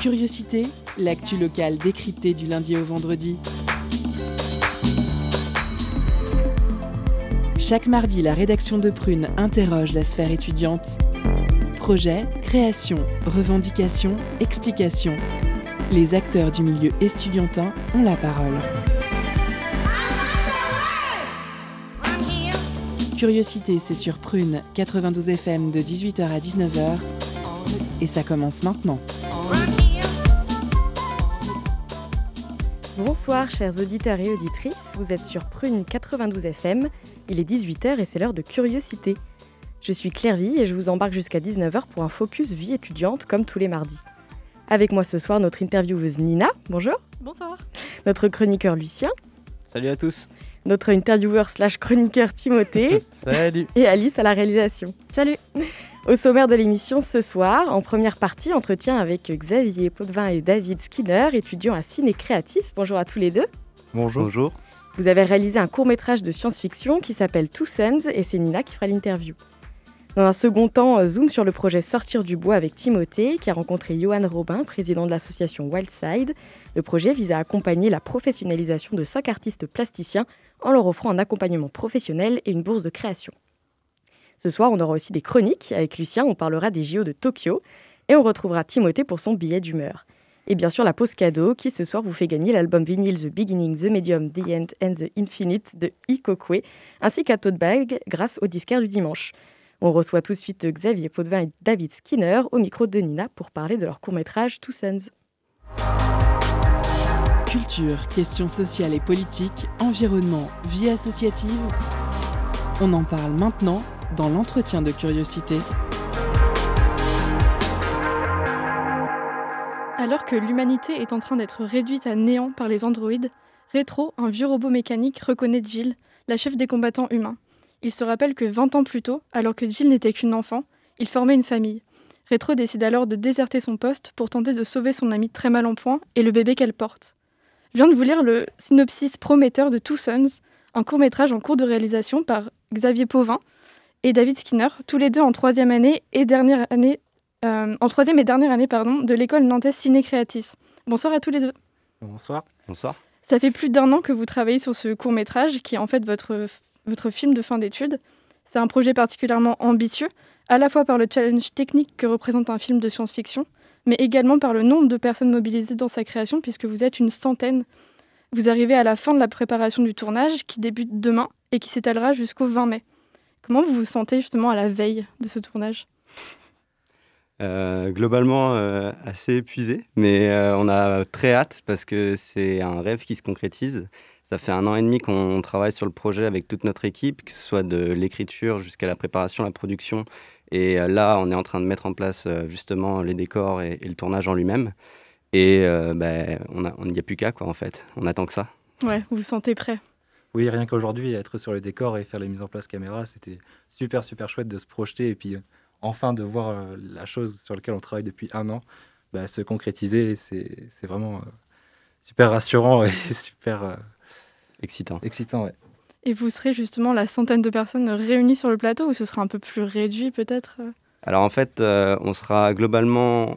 Curiosité, l'actu locale décryptée du lundi au vendredi. Chaque mardi, la rédaction de Prune interroge la sphère étudiante. Projet, création, revendication, explication. Les acteurs du milieu estudiantin ont la parole. Curiosité, c'est sur Prune, 92 FM de 18h à 19h. Et ça commence maintenant. Bonsoir chers auditeurs et auditrices, vous êtes sur Prune 92 FM, il est 18h et c'est l'heure de Curiosité. Je suis Claire Vie et je vous embarque jusqu'à 19h pour un focus vie étudiante comme tous les mardis. Avec moi ce soir notre intervieweuse Nina, bonjour. Bonsoir. Notre chroniqueur Lucien. Salut à tous. Notre intervieweur / chroniqueur Timothée. Salut. Et Alice à la réalisation. Salut. Au sommaire de l'émission ce soir, en première partie, entretien avec Xavier Potvin et David Skinner, étudiants à Ciné Creatis. Bonjour à tous les deux. Bonjour. Bonjour. Vous avez réalisé un court-métrage de science-fiction qui s'appelle Two Suns et c'est Nina qui fera l'interview. Dans un second temps, zoom sur le projet Sortir du bois avec Timothée, qui a rencontré Johan Robin, président de l'association Wildside. Le projet vise à accompagner la professionnalisation de 5 artistes plasticiens en leur offrant un accompagnement professionnel et une bourse de création. Ce soir, on aura aussi des chroniques. Avec Lucien, on parlera des JO de Tokyo et on retrouvera Timothée pour son billet d'humeur. Et bien sûr, la pause cadeau qui, ce soir, vous fait gagner l'album vinyle The Beginning, The Medium, The End and The Infinite de Ikokwe, ainsi qu'un tote bag grâce au disquaire du dimanche. On reçoit tout de suite Xavier Potvin et David Skinner au micro de Nina pour parler de leur court-métrage Two Suns. Culture, questions sociales et politiques, environnement, vie associative. On en parle maintenant dans l'entretien de Curiosité. Alors que l'humanité est en train d'être réduite à néant par les androïdes, Retro, un vieux robot mécanique, reconnaît Jill, la chef des combattants humains. Il se rappelle que 20 ans plus tôt, alors que Jill n'était qu'une enfant, il formait une famille. Retro décide alors de déserter son poste pour tenter de sauver son amie très mal en point et le bébé qu'elle porte. Je viens de vous lire le synopsis prometteur de Two Suns, un court-métrage en cours de réalisation par Xavier Potvin et David Skinner, tous les deux en troisième et dernière année de l'école nantaise Ciné Creatis. Bonsoir à tous les deux. Bonsoir. Bonsoir. Ça fait plus d'1 an que vous travaillez sur ce court-métrage qui est en fait votre film de fin d'études. C'est un projet particulièrement ambitieux, à la fois par le challenge technique que représente un film de science-fiction, mais également par le nombre de personnes mobilisées dans sa création, puisque vous êtes une centaine. Vous arrivez à la fin de la préparation du tournage, qui débute demain et qui s'étalera jusqu'au 20 mai. Comment vous vous sentez justement à la veille de ce tournage ? Globalement, assez épuisé, mais on a très hâte parce que c'est un rêve qui se concrétise. Ça fait 1 an et demi qu'on travaille sur le projet avec toute notre équipe, que ce soit de l'écriture jusqu'à la préparation, la production. Et là, on est en train de mettre en place justement les décors et le tournage en lui-même. Et on n'y a plus qu'à, quoi, en fait. On attend que ça. Ouais, vous vous sentez prêt ? Oui, rien qu'aujourd'hui, être sur le décor et faire les mises en place caméra, c'était super, super chouette de se projeter et puis enfin de voir la chose sur laquelle on travaille depuis 1 an se concrétiser. C'est vraiment super rassurant et super... Excitant, ouais. Et vous serez justement la centaine de personnes réunies sur le plateau ou ce sera un peu plus réduit peut-être ? Alors en fait, on sera globalement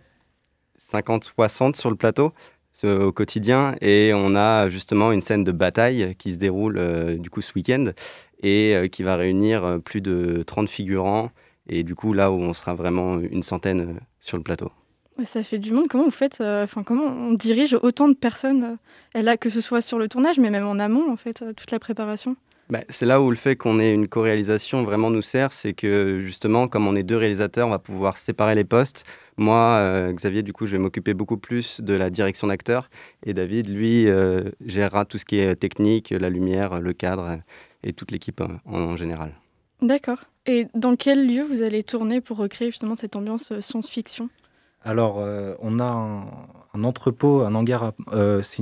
50-60 sur le plateau au quotidien et on a justement une scène de bataille qui se déroule du coup ce week-end et qui va réunir plus de 30 figurants et du coup là où on sera vraiment une centaine sur le plateau. Ça fait du monde. Comment vous faites comment on dirige autant de personnes là, que ce soit sur le tournage, mais même en amont, en fait, toute la préparation ? C'est là où le fait qu'on ait une co-réalisation vraiment nous sert, c'est que justement, comme on est 2 réalisateurs, on va pouvoir séparer les postes. Moi, Xavier, du coup, je vais m'occuper beaucoup plus de la direction d'acteur. Et David, lui, gérera tout ce qui est technique, la lumière, le cadre et toute l'équipe en général. D'accord. Et dans quel lieu vous allez tourner pour recréer justement cette ambiance science-fiction ? Alors, on a un entrepôt, un hangar, c'est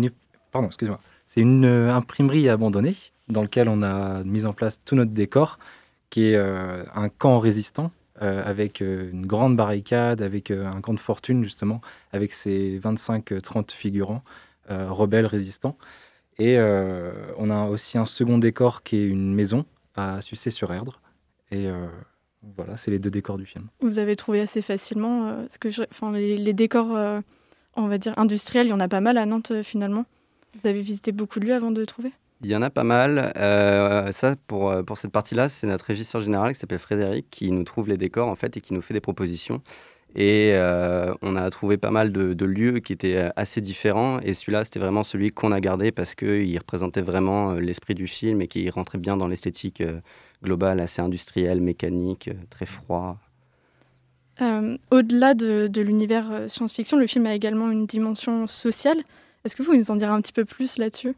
une imprimerie abandonnée dans lequel on a mis en place tout notre décor, qui est un camp résistant avec une grande barricade, avec un camp de fortune justement, avec ses 25-30 figurants rebelles résistants. Et on a aussi un second décor qui est une maison à Sucé-sur-Erdre. Et voilà, c'est les 2 décors du film. Vous avez trouvé assez facilement les décors on va dire, industriels, il y en a pas mal à Nantes finalement. Vous avez visité beaucoup de lieux avant de trouver? Il y en a pas mal. Ça, pour cette partie-là, c'est notre régisseur général qui s'appelle Frédéric qui nous trouve les décors en fait et qui nous fait des propositions. Et on a trouvé pas mal de lieux qui étaient assez différents. Et celui-là, c'était vraiment celui qu'on a gardé parce qu'il représentait vraiment l'esprit du film et qui rentrait bien dans l'esthétique globale, assez industrielle, mécanique, très froid. Au-delà de l'univers science-fiction, le film a également une dimension sociale. Est-ce que vous nous en direz un petit peu plus là-dessus?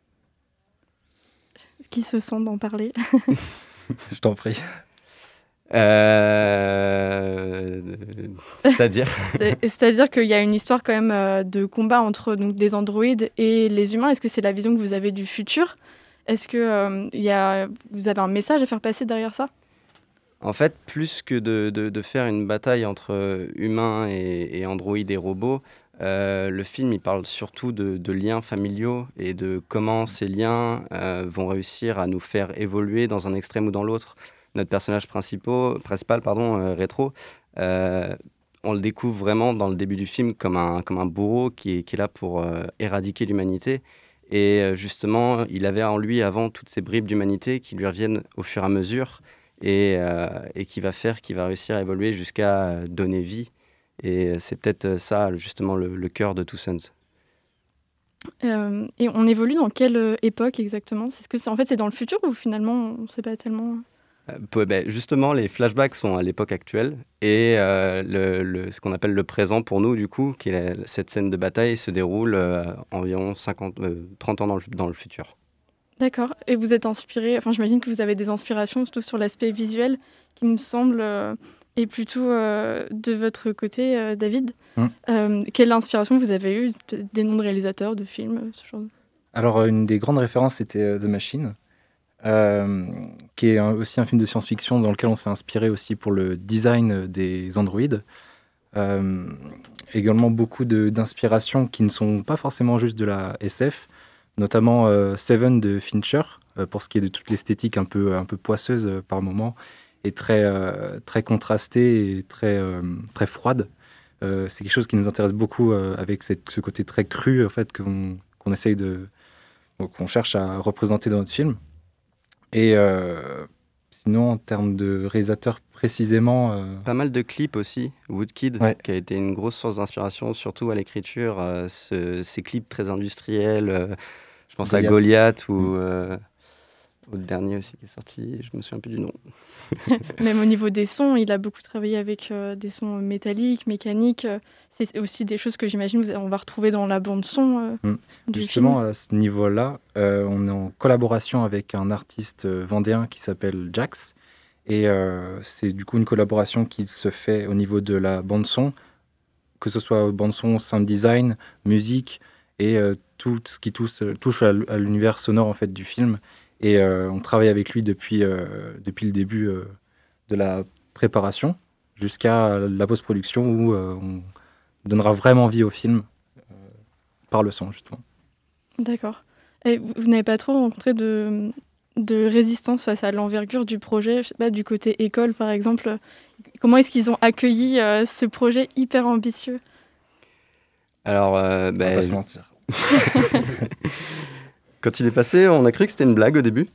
Qui se sent d'en parler? Je t'en prie. C'est-à-dire C'est-à-dire qu'il y a une histoire quand même de combat entre donc, des androïdes et les humains. Est-ce que c'est la vision que vous avez du futur? Est-ce que vous avez un message à faire passer derrière ça? En fait, plus que de faire une bataille entre humains et androïdes et robots, le film il parle surtout de liens familiaux et de comment ces liens vont réussir à nous faire évoluer dans un extrême ou dans l'autre. Notre personnage principal, Rétro, on le découvre vraiment dans le début du film comme un bourreau qui est là pour éradiquer l'humanité. Et justement, il avait en lui avant toutes ces bribes d'humanité qui lui reviennent au fur et à mesure et qui va réussir à évoluer jusqu'à donner vie. Et c'est peut-être ça, justement, le cœur de Two Sons. Et on évolue dans quelle époque exactement? Est-ce que en fait c'est dans le futur ou finalement on ne sait pas tellement? Justement, les flashbacks sont à l'époque actuelle et ce qu'on appelle le présent pour nous, du coup, cette scène de bataille se déroule environ 30 ans dans le futur. D'accord. Et vous êtes inspiré, enfin j'imagine que vous avez des inspirations surtout sur l'aspect visuel qui me semble est plutôt de votre côté, David. Quelle inspiration vous avez eue, des noms de réalisateurs, de films, ce genre de... Alors, une des grandes références, c'était The Machine, qui est aussi un film de science-fiction dans lequel on s'est inspiré aussi pour le design des androïdes. Également beaucoup d'inspirations qui ne sont pas forcément juste de la SF, notamment Seven de Fincher, pour ce qui est de toute l'esthétique un peu poisseuse par moments, et très contrastée et très froide. C'est quelque chose qui nous intéresse beaucoup avec ce côté très cru en fait, qu'on essaye qu'on cherche à représenter dans notre film. Et sinon, en termes de réalisateur précisément... Pas mal de clips aussi. Woodkid, ouais, qui a été une grosse source d'inspiration, surtout à l'écriture. Ces clips très industriels. Je pense à Goliath ou au dernier aussi qui est sorti, je me souviens plus du nom. Même au niveau des sons, il a beaucoup travaillé avec des sons métalliques, mécaniques. C'est aussi des choses que j'imagine on va retrouver dans la bande son du Justement, film. à ce niveau-là, on est en collaboration avec un artiste vendéen qui s'appelle Jax. Et c'est du coup une collaboration qui se fait au niveau de la bande son, que ce soit bande son, sound design, musique et tout ce qui touche à l'univers sonore en fait du film. Et on travaille avec lui depuis le début de la préparation jusqu'à la post-production où on donnera vraiment vie au film par le son, justement. D'accord. Et vous n'avez pas trop rencontré de résistance face à l'envergure du projet, je sais pas, du côté école par exemple? Comment est-ce qu'ils ont accueilli ce projet hyper ambitieux? Alors, On va pas se mentir. Quand il est passé, on a cru que c'était une blague au début.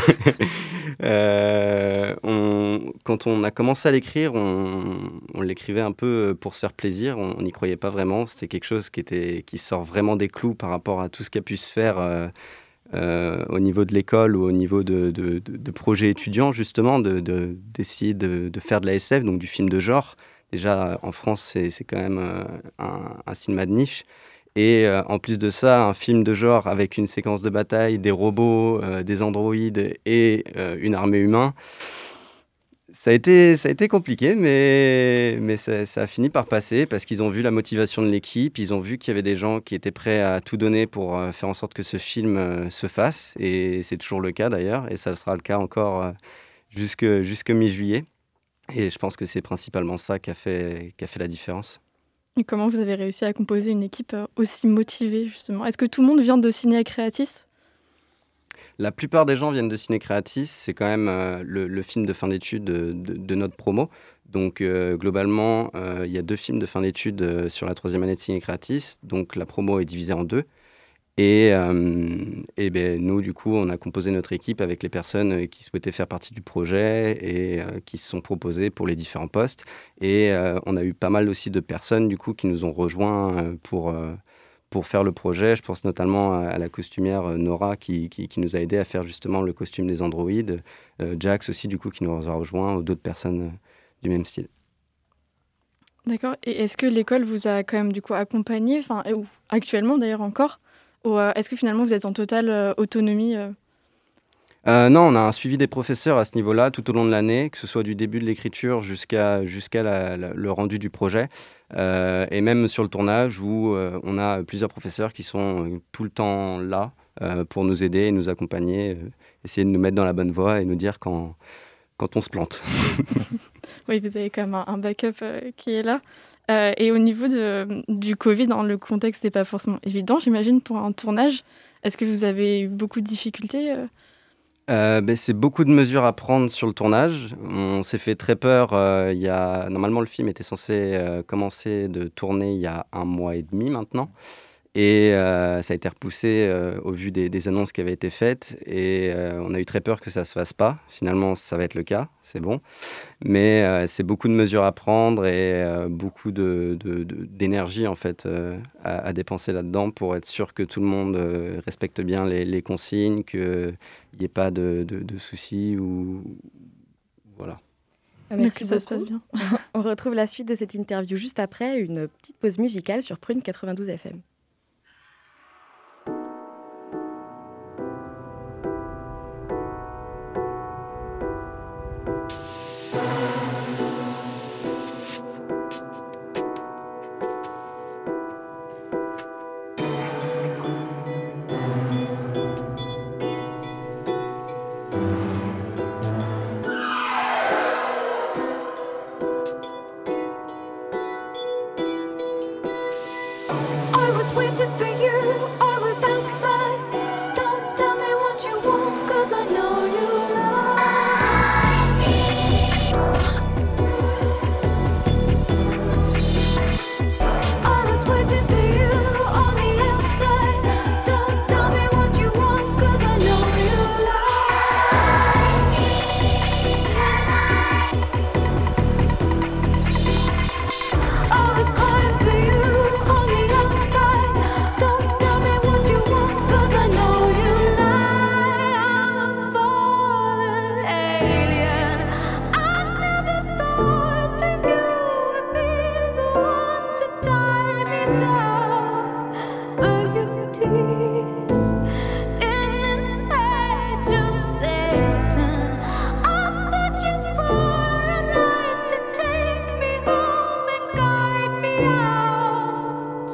Quand on a commencé à l'écrire, on l'écrivait un peu pour se faire plaisir. On n'y croyait pas vraiment. C'était quelque chose qui sort vraiment des clous par rapport à tout ce qui a pu se faire au niveau de l'école ou au niveau de projets étudiants, justement, d'essayer de faire de la SF, donc du film de genre. Déjà, en France, c'est quand même un cinéma de niche. Et en plus de ça, un film de genre avec une séquence de bataille, des robots, des androïdes et une armée humaine. Ça a été compliqué, mais ça a fini par passer parce qu'ils ont vu la motivation de l'équipe, ils ont vu qu'il y avait des gens qui étaient prêts à tout donner pour faire en sorte que ce film se fasse. Et c'est toujours le cas d'ailleurs, et ça sera le cas encore jusque mi-juillet. Et je pense que c'est principalement ça qui a fait la différence. Et comment vous avez réussi à composer une équipe aussi motivée, justement? Est-ce que tout le monde vient de Cinéa Creatis? La plupart des gens viennent de Ciné Creatis, c'est quand même le film de fin d'études de notre promo. Donc globalement, il y a 2 films de fin d'études sur la 3e année de Ciné Creatis, donc la promo est divisée en 2. Et nous, du coup, on a composé notre équipe avec les personnes qui souhaitaient faire partie du projet et qui se sont proposées pour les différents postes. Et on a eu pas mal aussi de personnes, du coup, qui nous ont rejoints pour faire le projet. Je pense notamment à la costumière Nora qui nous a aidé à faire justement le costume des androïdes. Jax aussi, du coup, qui nous a rejoints, ou d'autres personnes du même style. D'accord. Et est-ce que l'école vous a quand même du coup accompagné, ou actuellement d'ailleurs encore, ou est-ce que finalement vous êtes en totale autonomie Non, on a un suivi des professeurs à ce niveau-là tout au long de l'année, que ce soit du début de l'écriture jusqu'à le rendu du projet. Et même sur le tournage où on a plusieurs professeurs qui sont tout le temps là pour nous aider et nous accompagner, essayer de nous mettre dans la bonne voie et nous dire quand on se plante. Oui, vous avez quand même un backup qui est là. Et au niveau du Covid, le contexte n'est pas forcément évident, j'imagine, pour un tournage. Est-ce que vous avez eu beaucoup de difficultés C'est beaucoup de mesures à prendre sur le tournage. On s'est fait très peur. Normalement, le film était censé commencer de tourner il y a 1 mois et demi maintenant. Et ça a été repoussé au vu des annonces qui avaient été faites. Et on a eu très peur que ça ne se fasse pas. Finalement, ça va être le cas, c'est bon. Mais c'est beaucoup de mesures à prendre et beaucoup d'énergie en fait, à dépenser là-dedans pour être sûr que tout le monde respecte bien les consignes, qu'il n'y ait pas de soucis. Voilà. Merci que ça se passe bien. On retrouve la suite de cette interview juste après une petite pause musicale sur Prune 92 FM. Waiting for you, I was outside. Don't tell me what you want, 'cause I know you like me. I was waiting for you on the outside. Don't tell me what you want, 'cause I know you like me. I was crying for you on the outside. Don't tell me what you want, 'cause I know you lie. I'm a fallen alien. I never thought that you would be the one to tie me down, but you did. In this age of Satan, I'm searching for a light to take me home and guide me out.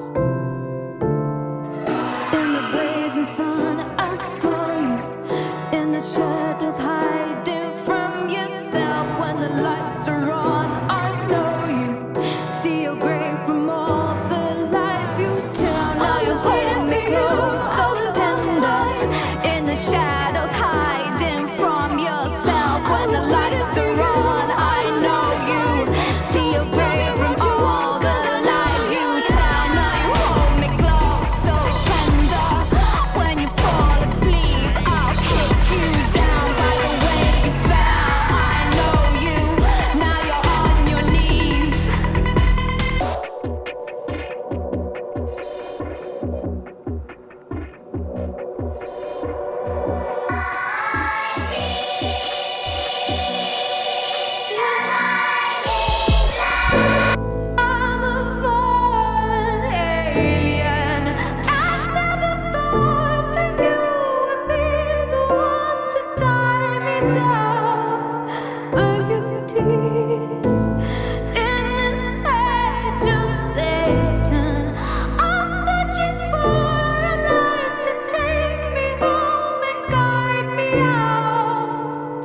In the blazing sun, I saw you. In the shadows, hiding from yourself. When the lights are on, I know you. See your grave from all the lies you tell. Now you're waiting for you, so tender. In the shadows, hiding from yourself. When the lights are on, I know you. See your grave from all the lies you tell. Now you hold me close, so tender. When you fall asleep, I'll kick you down by the way you fell. I know you. Now you're on your knees. I'm a fallen alien. I never thought that you would be the one to tie me down, but you did. In this age of Satan, I'm searching for a light to take me home and guide me out.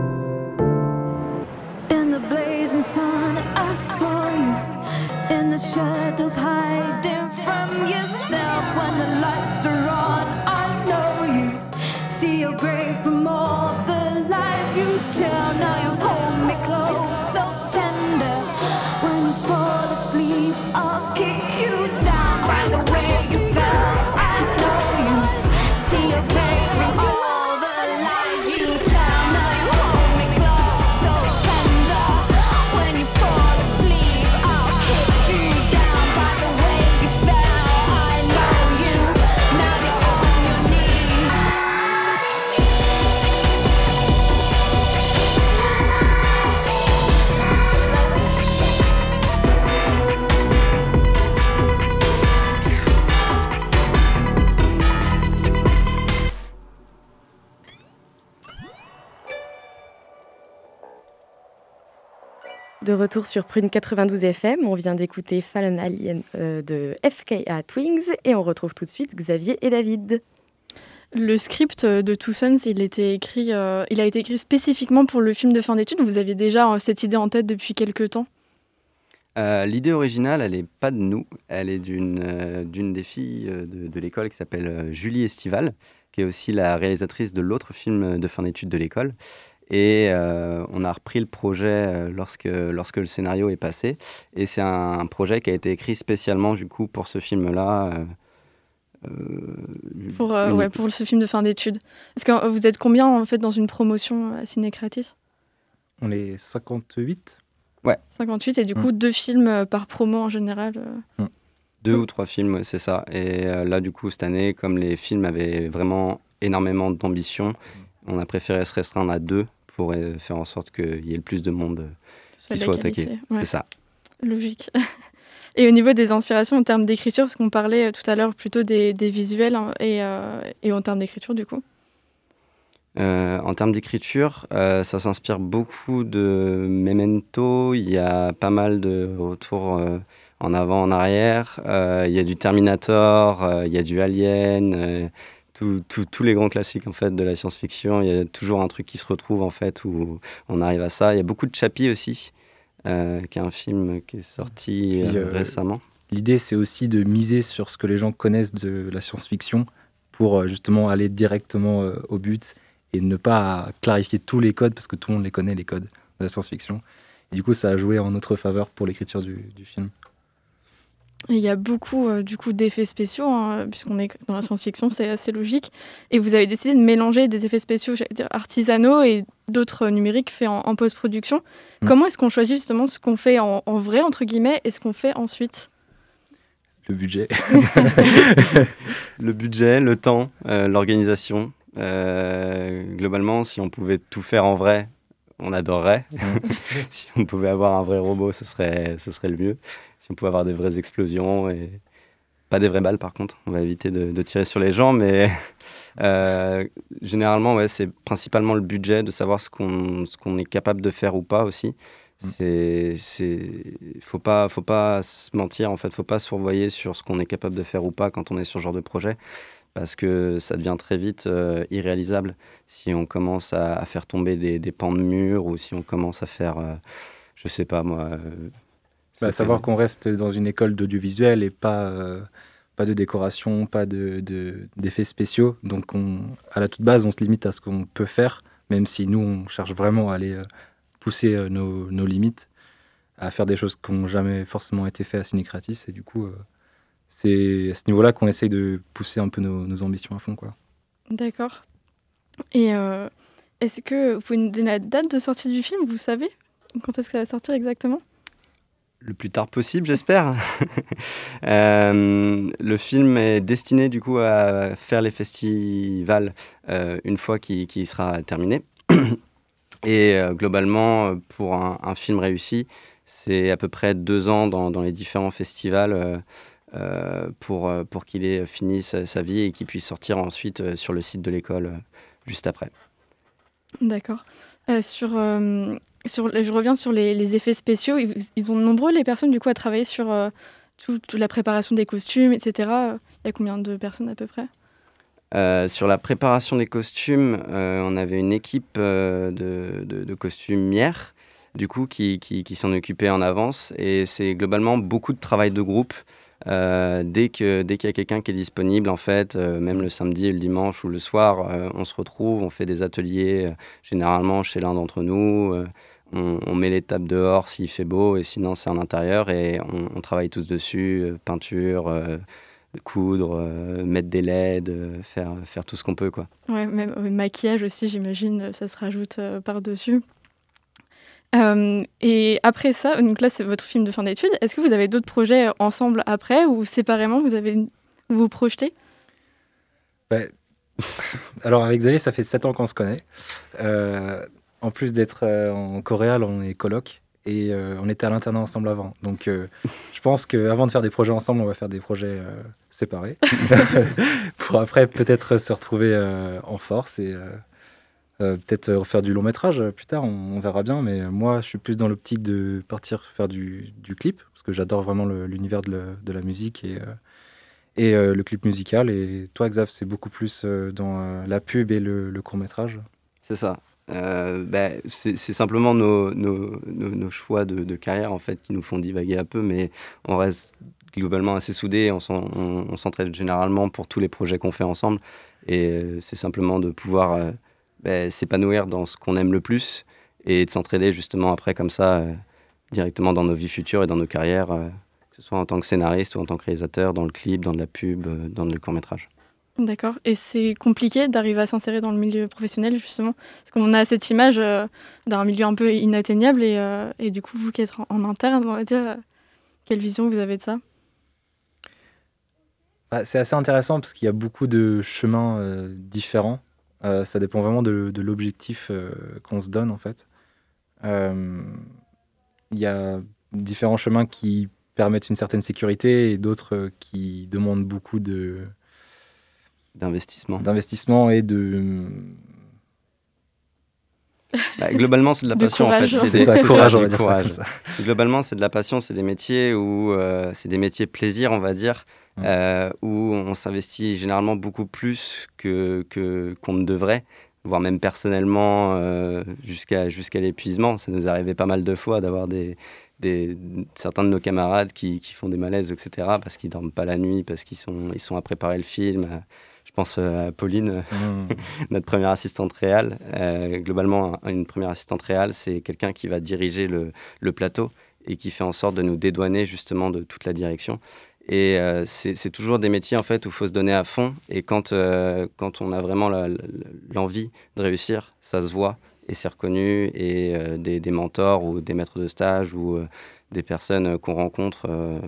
In the blazing sun, I saw you. In the shadows, hiding from yourself. When the lights are on, I know you. see your grave from all the lies you tell. Now you hold me close, so tender. When you fall asleep, I'll kick you down. By the way you fell, I know you see your grave from all the lies you tell. Now you hold me close, so tender. When you fall asleep, I'll kick you down. By the way you fell, I know you. Now you're on your knees. De retour sur Prune 92 FM, on vient d'écouter Fallen Alien de FKA Twins et on retrouve tout de suite Xavier et David. Le script de Two Sons, il a été écrit spécifiquement pour le film de fin d'études. Vous aviez déjà cette idée en tête depuis quelques temps? L'idée originale, elle n'est pas de nous, elle est d'une des filles de l'école qui s'appelle Julie Estival, qui est aussi la réalisatrice de l'autre film de fin d'études de l'école. Et on a repris le projet lorsque le scénario est passé. Et c'est un projet qui a été écrit spécialement du coup pour ce film-là. Pour ce film de fin d'études. Est-ce que vous êtes combien en fait dans une promotion à Ciné Creatis? On est 58. 58 et du coup 2 films par promo en général. 2 ou 3 films, ouais, c'est ça. Et là du coup cette année, comme les films avaient vraiment énormément d'ambition, on a préféré se restreindre à 2 pour faire en sorte qu'il y ait le plus de monde qui soit attaqué. Ouais. C'est ça. Logique. Et au niveau des inspirations en termes d'écriture, parce qu'on parlait tout à l'heure plutôt des visuels et en termes d'écriture du coup. En termes d'écriture, ça s'inspire beaucoup de Memento. Il y a pas mal de retours en avant, en arrière. Il y a du Terminator, il y a du Alien, tous les grands classiques en fait de la science-fiction. Il y a toujours un truc qui se retrouve en fait où on arrive à ça. Il y a beaucoup de Chappie aussi, qui est un film qui est sorti récemment. L'idée, c'est aussi de miser sur ce que les gens connaissent de la science-fiction pour justement aller directement au but et ne pas clarifier tous les codes parce que tout le monde les connaît, les codes de la science-fiction. Et du coup, ça a joué en notre faveur pour l'écriture du film. Et il y a beaucoup du coup d'effets spéciaux, puisqu'on est dans la science-fiction, c'est assez logique. Et vous avez décidé de mélanger des effets spéciaux artisanaux et d'autres numériques faits en post-production. Comment est-ce qu'on choisit justement ce qu'on fait en vrai, entre guillemets, et ce qu'on fait ensuite? Le budget. Le budget, le temps, l'organisation. Globalement, si on pouvait tout faire en vrai, on adorerait. Si on pouvait avoir un vrai robot, ce serait le mieux. Si on pouvait avoir des vraies explosions et pas des vraies balles, par contre, on va éviter de tirer sur les gens. Mais généralement, ouais, c'est principalement le budget, de savoir ce qu'on est capable de faire ou pas aussi. Faut pas se mentir, en fait, faut pas se fourvoyer sur ce qu'on est capable de faire ou pas quand on est sur ce genre de projet, parce que ça devient très vite irréalisable si on commence à faire tomber des pans de mur ou si on commence à faire, je sais pas moi... savoir qu'on reste dans une école d'audiovisuel et pas de décoration, pas d'effets spéciaux. Donc à la toute base, on se limite à ce qu'on peut faire, même si nous, on cherche vraiment à aller pousser nos limites, à faire des choses qui n'ont jamais forcément été faites à Ciné Creatis. Et du coup... c'est à ce niveau-là qu'on essaye de pousser un peu nos ambitions à fond, quoi. D'accord. Et est-ce que vous pouvez nous donner la date de sortie du film? Vous savez quand est-ce que ça va sortir exactement? Le plus tard possible, j'espère. Le film est destiné du coup à faire les festivals une fois qu'il sera terminé. Et globalement, pour un film réussi, c'est à peu près 2 ans dans les différents festivals pour qu'il ait fini sa vie et qu'il puisse sortir ensuite sur le site de l'école juste après. D'accord. Je reviens sur les effets spéciaux. Ils sont nombreux, les personnes, du coup, à travailler sur toute la préparation des costumes, etc. Il y a combien de personnes à peu près? Sur la préparation des costumes, on avait une équipe de costumières, du coup, qui s'en occupait en avance. Et c'est globalement beaucoup de travail de groupe. Dès qu'il y a quelqu'un qui est disponible, en fait, même le samedi et le dimanche ou le soir, on se retrouve, on fait des ateliers, généralement chez l'un d'entre nous. On met les tables dehors s'il fait beau, et sinon c'est en intérieur, et on travaille tous dessus, peinture, coudre, mettre des LED, faire tout ce qu'on peut, quoi. Ouais, même maquillage aussi, j'imagine, ça se rajoute par-dessus. Et après ça, donc là c'est votre film de fin d'études, est-ce que vous avez d'autres projets ensemble après, ou séparément vous vous projetez? Ouais. Alors avec Xavier, ça fait 7 ans qu'on se connaît. En plus d'être en Coréal, on est coloc et on était à l'internat ensemble avant. Donc je pense qu'avant de faire des projets ensemble, on va faire des projets séparés pour après peut-être se retrouver en force et peut-être refaire du long métrage plus tard, on verra bien. Mais moi, je suis plus dans l'optique de partir faire du clip parce que j'adore vraiment l'univers de la musique et le clip musical. Et toi, Xav, c'est beaucoup plus dans la pub et le court métrage. C'est ça. C'est simplement nos choix de carrière, en fait, qui nous font divaguer un peu, mais on reste globalement assez soudés. On s'entraide généralement pour tous les projets qu'on fait ensemble, et c'est simplement de pouvoir s'épanouir dans ce qu'on aime le plus et de s'entraider justement après comme ça directement dans nos vies futures et dans nos carrières, que ce soit en tant que scénariste ou en tant que réalisateur, dans le clip, dans de la pub, dans le court-métrage. D'accord. Et c'est compliqué d'arriver à s'insérer dans le milieu professionnel, justement, parce qu'on a cette image d'un milieu un peu inatteignable, et du coup, vous qui êtes en interne, on va dire, quelle vision vous avez de ça? C'est assez intéressant parce qu'il y a beaucoup de chemins différents. Ça dépend vraiment de l'objectif qu'on se donne, en fait. Il y a différents chemins qui permettent une certaine sécurité et d'autres qui demandent beaucoup d'investissement et de... globalement, c'est de la passion, en fait. C'est ça, courage, on va dire ça comme ça. Globalement, c'est de la passion, c'est des métiers où c'est des métiers plaisir, on va dire, où on s'investit généralement beaucoup plus qu'on ne devrait, voire même personnellement jusqu'à l'épuisement. Ça nous est arrivé pas mal de fois d'avoir certains de nos camarades qui font des malaises, etc., parce qu'ils dorment pas la nuit, parce qu'ils sont à préparer le film. Je pense à Pauline, notre première assistante réal. Globalement, une première assistante réal, c'est quelqu'un qui va diriger le plateau et qui fait en sorte de nous dédouaner justement de toute la direction. Et c'est toujours des métiers, en fait, où il faut se donner à fond. Et quand on a vraiment l'envie de réussir, ça se voit et c'est reconnu. Et des mentors ou des maîtres de stage ou des personnes qu'on rencontre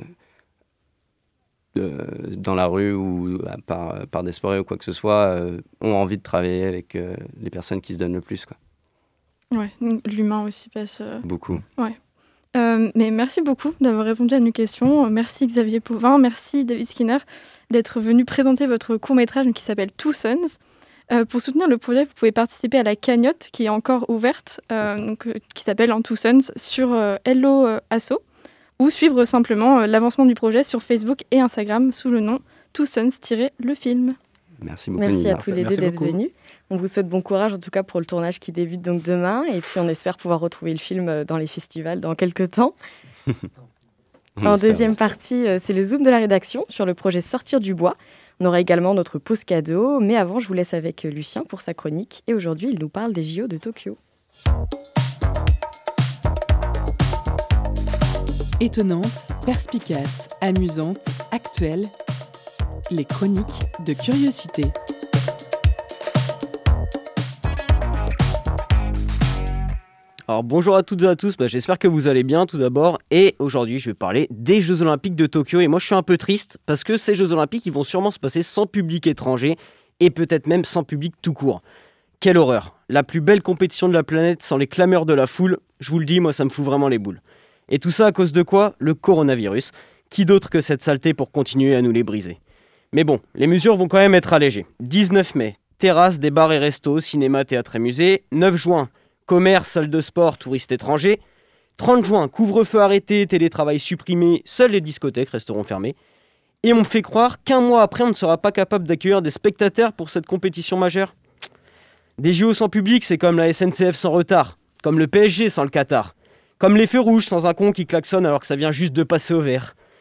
dans la rue ou par des soirées ou quoi que ce soit, ont envie de travailler avec les personnes qui se donnent le plus, quoi. Ouais, l'humain aussi passe... Beaucoup. Ouais. Mais merci beaucoup d'avoir répondu à nos questions. Merci Xavier Pauvin, merci David Skinner d'être venu présenter votre court-métrage qui s'appelle Two Sons. Pour soutenir le projet, vous pouvez participer à la cagnotte qui est encore ouverte, qui s'appelle Two Sons sur Hello Asso, ou suivre simplement l'avancement du projet sur Facebook et Instagram sous le nom Two Sons-le film. Merci beaucoup. Merci Nina. à tous les deux d'être venus. On vous souhaite bon courage en tout cas pour le tournage qui débute donc demain, et puis on espère pouvoir retrouver le film dans les festivals dans quelques temps. En deuxième partie, c'est le Zoom de la rédaction sur le projet Sortir du bois. On aura également notre pause cadeau, mais avant je vous laisse avec Lucien pour sa chronique, et aujourd'hui il nous parle des JO de Tokyo. Étonnante, perspicace, amusante, actuelle, les chroniques de curiosité. Alors bonjour à toutes et à tous, j'espère que vous allez bien tout d'abord, et aujourd'hui je vais parler des Jeux Olympiques de Tokyo, et moi je suis un peu triste parce que ces Jeux Olympiques ils vont sûrement se passer sans public étranger et peut-être même sans public tout court. Quelle horreur! La plus belle compétition de la planète sans les clameurs de la foule, je vous le dis, moi ça me fout vraiment les boules. Et tout ça à cause de quoi? Le coronavirus. Qui d'autre que cette saleté pour continuer à nous les briser? Mais bon, les mesures vont quand même être allégées. 19 mai, terrasse, des bars et restos, cinéma, théâtre et musée. 9 juin, commerce, salle de sport, touristes étrangers. 30 juin, couvre-feu arrêté, télétravail supprimé, seules les discothèques resteront fermées. Et on me fait croire qu'un mois après, on ne sera pas capable d'accueillir des spectateurs pour cette compétition majeure. Des JO sans public, c'est comme la SNCF sans retard, comme le PSG sans le Qatar, comme les feux rouges sans un con qui klaxonne alors que ça vient juste de passer au vert,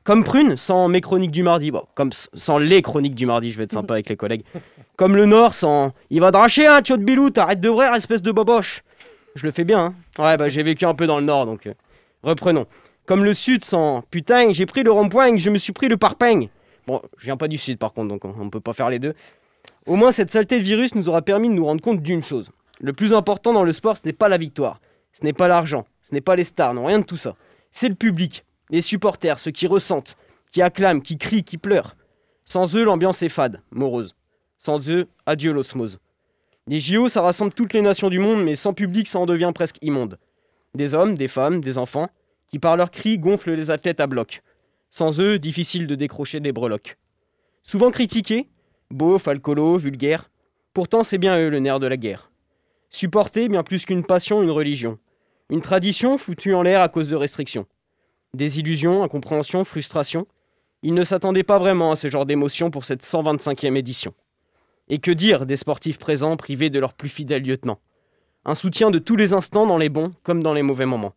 Comme Prune, sans mes chroniques du mardi. Bon, comme sans les chroniques du mardi, je vais être sympa avec les collègues. Comme le Nord, sans il va dracher, hein, Tchot Bilou, t'arrêtes de brère, espèce de boboche. Je le fais bien, hein. Ouais, bah j'ai vécu un peu dans le Nord, donc reprenons. Comme le Sud, sans putain, j'ai pris le rond-point et je me suis pris le parpeigne. Bon, je viens pas du Sud par contre, donc on peut pas faire les deux. Au moins, cette saleté de virus nous aura permis de nous rendre compte d'une chose. Le plus important dans le sport, ce n'est pas la victoire, ce n'est pas l'argent, ce n'est pas les stars, non, rien de tout ça. C'est le public. Les supporters, ceux qui ressentent, qui acclament, qui crient, qui pleurent. Sans eux, l'ambiance est fade, morose. Sans eux, adieu l'osmose. Les JO, ça rassemble toutes les nations du monde, mais sans public, ça en devient presque immonde. Des hommes, des femmes, des enfants, qui par leurs cris gonflent les athlètes à bloc. Sans eux, difficile de décrocher des breloques. Souvent critiqués, beaufs, alcoolos, vulgaires, pourtant c'est bien eux le nerf de la guerre. Supportés, bien plus qu'une passion, une religion. Une tradition foutue en l'air à cause de restrictions. Désillusion, incompréhension, frustration. Ils ne s'attendaient pas vraiment à ce genre d'émotion pour cette 125e édition. Et que dire des sportifs présents privés de leurs plus fidèles lieutenants? Un soutien de tous les instants dans les bons comme dans les mauvais moments.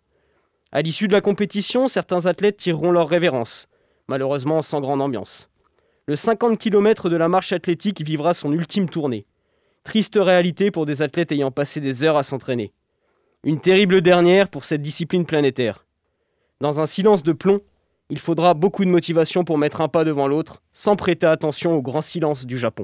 À l'issue de la compétition, certains athlètes tireront leur révérence, malheureusement sans grande ambiance. Le 50 km de la marche athlétique vivra son ultime tournée. Triste réalité pour des athlètes ayant passé des heures à s'entraîner. Une terrible dernière pour cette discipline planétaire. Dans un silence de plomb, il faudra beaucoup de motivation pour mettre un pas devant l'autre, sans prêter attention au grand silence du Japon.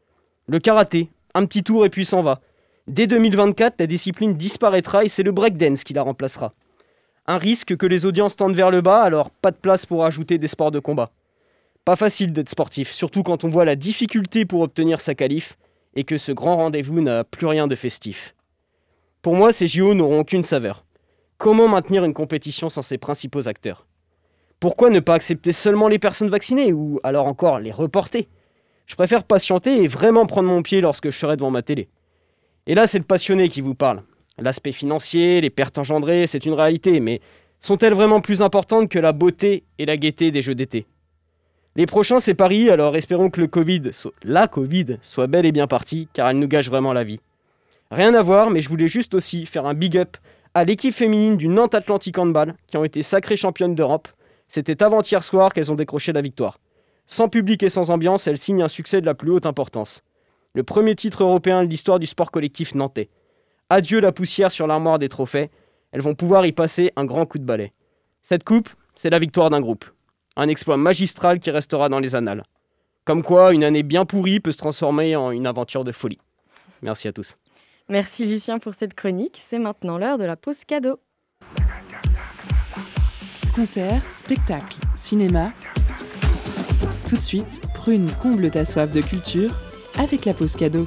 Le karaté, un petit tour et puis s'en va. Dès 2024, la discipline disparaîtra et c'est le breakdance qui la remplacera. Un risque que les audiences tendent vers le bas, alors pas de place pour ajouter des sports de combat. Pas facile d'être sportif, surtout quand on voit la difficulté pour obtenir sa qualif et que ce grand rendez-vous n'a plus rien de festif. Pour moi, ces JO n'auront aucune saveur. Comment maintenir une compétition sans ses principaux acteurs? Pourquoi ne pas accepter seulement les personnes vaccinées, ou alors encore les reporter? Je préfère patienter et vraiment prendre mon pied lorsque je serai devant ma télé. Et là, c'est le passionné qui vous parle. L'aspect financier, les pertes engendrées, c'est une réalité, mais sont-elles vraiment plus importantes que la beauté et la gaieté des Jeux d'été? Les prochains, c'est Paris, alors espérons que la Covid soit bel et bien partie, car elle nous gâche vraiment la vie. Rien à voir, mais je voulais juste aussi faire un big up à l'équipe féminine du Nantes Atlantique Handball, qui ont été sacrées championnes d'Europe. C'était avant-hier soir qu'elles ont décroché la victoire. Sans public et sans ambiance, elles signent un succès de la plus haute importance. Le premier titre européen de l'histoire du sport collectif nantais. Adieu la poussière sur l'armoire des trophées, elles vont pouvoir y passer un grand coup de balai. Cette coupe, c'est la victoire d'un groupe. Un exploit magistral qui restera dans les annales. Comme quoi, une année bien pourrie peut se transformer en une aventure de folie. Merci à tous. Merci Lucien pour cette chronique. C'est maintenant l'heure de la pause cadeau. Concerts, spectacles, cinéma. Tout de suite, Prune comble ta soif de culture avec la pause cadeau.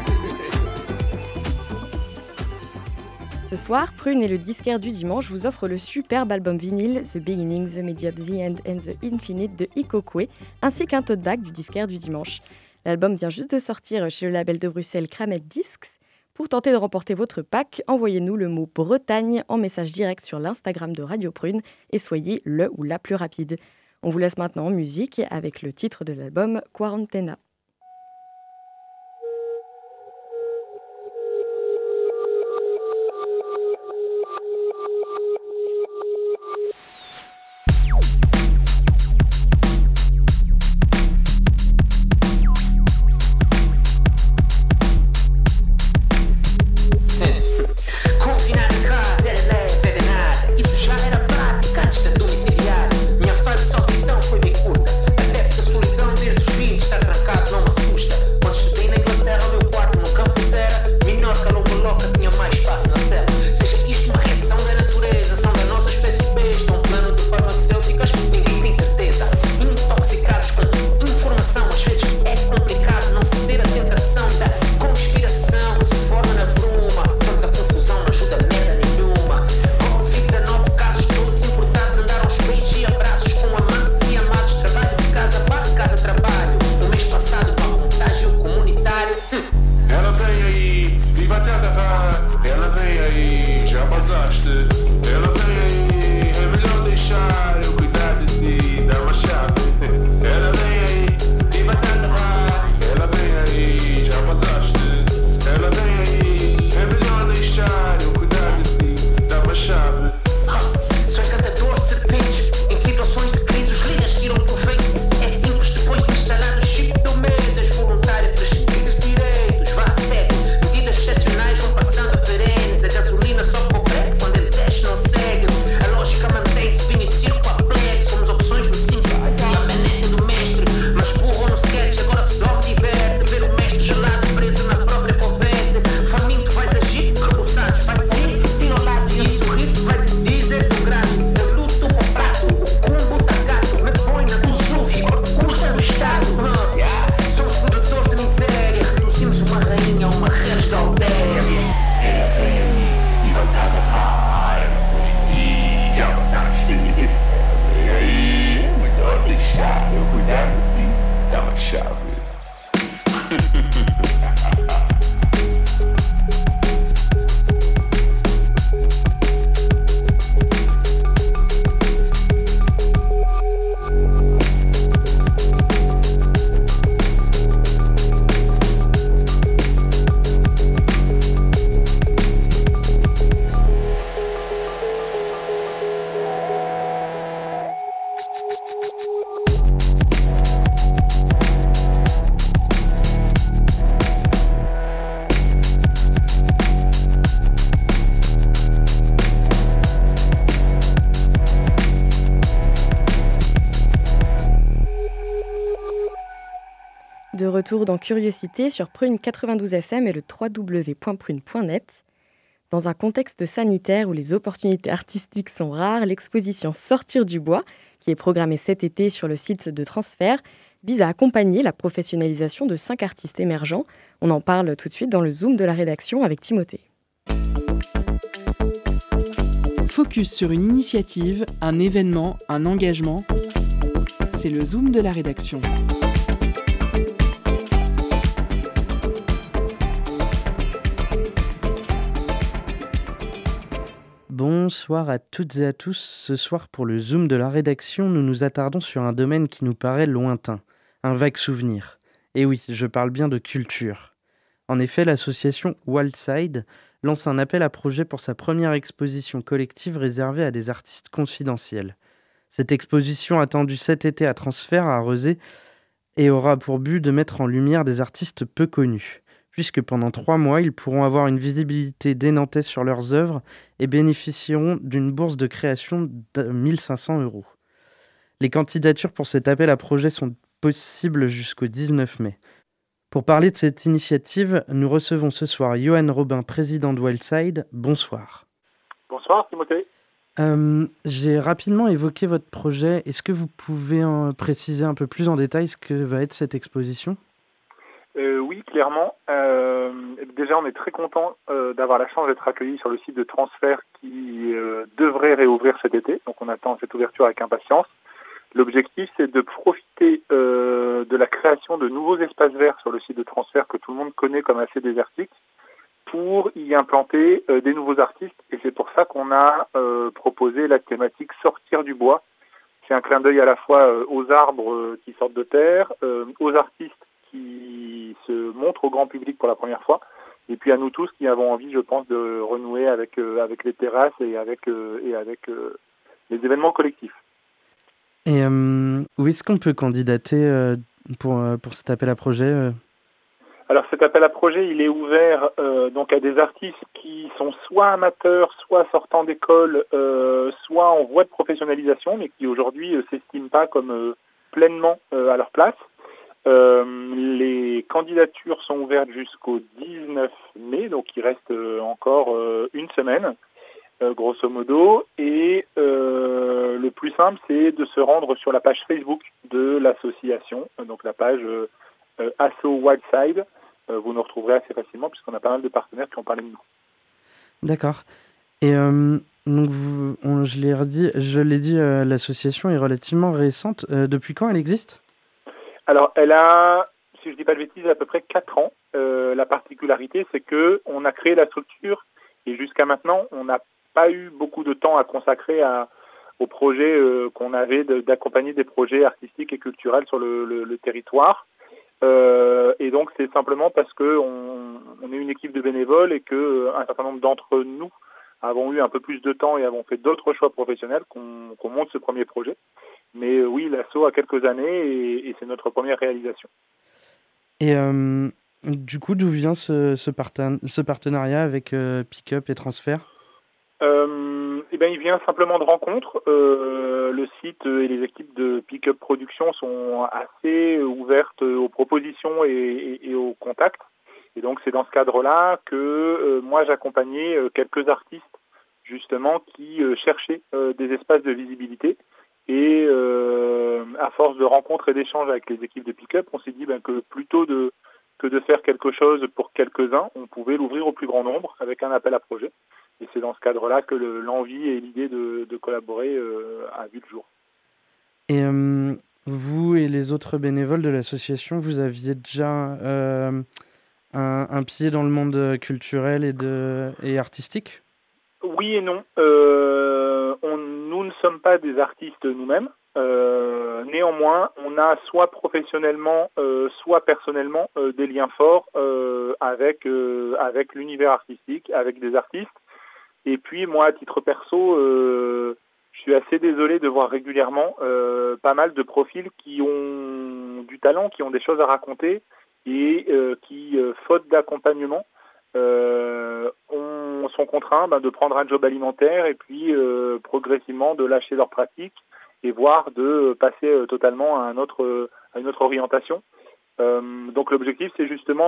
Ce soir, Prune et le disquaire du dimanche vous offrent le superbe album vinyle The Beginning, The Medium, The End and The Infinite de Ikokwe, ainsi qu'un tote bag du disquaire du dimanche. L'album vient juste de sortir chez le label de Bruxelles Kramet Discs. Pour tenter de remporter votre pack, envoyez-nous le mot Bretagne en message direct sur l'Instagram de Radio Prune et soyez le ou la plus rapide. On vous laisse maintenant en musique avec le titre de l'album Quarantena. Minha fase só então foi bem curta. Até porque a solidão desde os 20 está trancada. De retour dans Curiosité sur Prune 92 FM et le www.prune.net. Dans un contexte sanitaire où les opportunités artistiques sont rares, l'exposition Sortir du bois, qui est programmée cet été sur le site de Transfert, vise à accompagner la professionnalisation de 5 artistes émergents. On en parle tout de suite dans le Zoom de la rédaction avec Timothée. Focus sur une initiative, un événement, un engagement. C'est le Zoom de la rédaction. Bonsoir à toutes et à tous. Ce soir, pour le Zoom de la rédaction, nous nous attardons sur un domaine qui nous paraît lointain, un vague souvenir. Et oui, je parle bien de culture. En effet, l'association Wildside lance un appel à projet pour sa première exposition collective réservée à des artistes confidentiels. Cette exposition attendue cet été à Transfert à Rezé et aura pour but de mettre en lumière des artistes peu connus, puisque pendant 3 mois, ils pourront avoir une visibilité des Nantais sur leurs œuvres et bénéficieront d'une bourse de création de 1 500 €. Les candidatures pour cet appel à projet sont possibles jusqu'au 19 mai. Pour parler de cette initiative, nous recevons ce soir Johan Robin, président de Wildside. Bonsoir. Bonsoir Timothée. J'ai rapidement évoqué votre projet. Est-ce que vous pouvez préciser un peu plus en détail ce que va être cette exposition ? Oui, clairement. Déjà, on est très content d'avoir la chance d'être accueillis sur le site de Transfert qui devrait réouvrir cet été. Donc, on attend cette ouverture avec impatience. L'objectif, c'est de profiter de la création de nouveaux espaces verts sur le site de Transfert que tout le monde connaît comme assez désertiques pour y implanter des nouveaux artistes. Et c'est pour ça qu'on a proposé la thématique Sortir du bois. C'est un clin d'œil à la fois aux arbres qui sortent de terre, aux artistes qui se montrent au grand public pour la première fois, et puis à nous tous qui avons envie, je pense, de renouer avec les terrasses et avec les événements collectifs. Et où est-ce qu'on peut candidater pour cet appel à projet Alors cet appel à projet, il est ouvert donc à des artistes qui sont soit amateurs, soit sortant d'école, soit en voie de professionnalisation, mais qui aujourd'hui s'estiment pas comme pleinement à leur place. Les candidatures sont ouvertes jusqu'au 19 mai, donc il reste encore une semaine, grosso modo. Et le plus simple, c'est de se rendre sur la page Facebook de l'association, donc la page Asso Wildside. Vous nous retrouverez assez facilement puisqu'on a pas mal de partenaires qui ont parlé de nous. D'accord. Et donc je l'ai dit, l'association est relativement récente. Depuis quand elle existe ? Alors, elle a, si je ne dis pas de bêtises, à peu près 4 ans. La particularité, c'est que on a créé la structure et jusqu'à maintenant, on n'a pas eu beaucoup de temps à consacrer au projet qu'on avait d'accompagner des projets artistiques et culturels sur le territoire. Et donc, c'est simplement parce que on est une équipe de bénévoles et que un certain nombre d'entre nous avons eu un peu plus de temps et avons fait d'autres choix professionnels qu'on monte ce premier projet. Mais oui, l'asso a quelques années et c'est notre première réalisation. Et du coup, d'où vient ce partenariat avec Pick-up et Transfert ? Il vient simplement de rencontres. Le site et les équipes de Pick-up Production sont assez ouvertes aux propositions et aux contacts. Et donc, c'est dans ce cadre-là que moi, j'accompagnais quelques artistes, justement, qui cherchaient des espaces de visibilité. Et à force de rencontres et d'échanges avec les équipes de Pick-up, on s'est dit que plutôt que de faire quelque chose pour quelques-uns, on pouvait l'ouvrir au plus grand nombre avec un appel à projet. Et c'est dans ce cadre-là que l'envie et l'idée de collaborer a vu le jour. Et Vous et les autres bénévoles de l'association, vous aviez déjà un pied dans le monde culturel et artistique? Oui et non. Nous ne sommes pas des artistes nous-mêmes. Néanmoins, on a soit professionnellement, soit personnellement des liens forts avec l'univers artistique, avec des artistes. Et puis moi, à titre perso, je suis assez désolé de voir régulièrement pas mal de profils qui ont du talent, qui ont des choses à raconter et qui, faute d'accompagnement, sont contraints de prendre un job alimentaire et puis progressivement de lâcher leur pratique et voire de passer totalement à une autre orientation. Donc l'objectif, c'est justement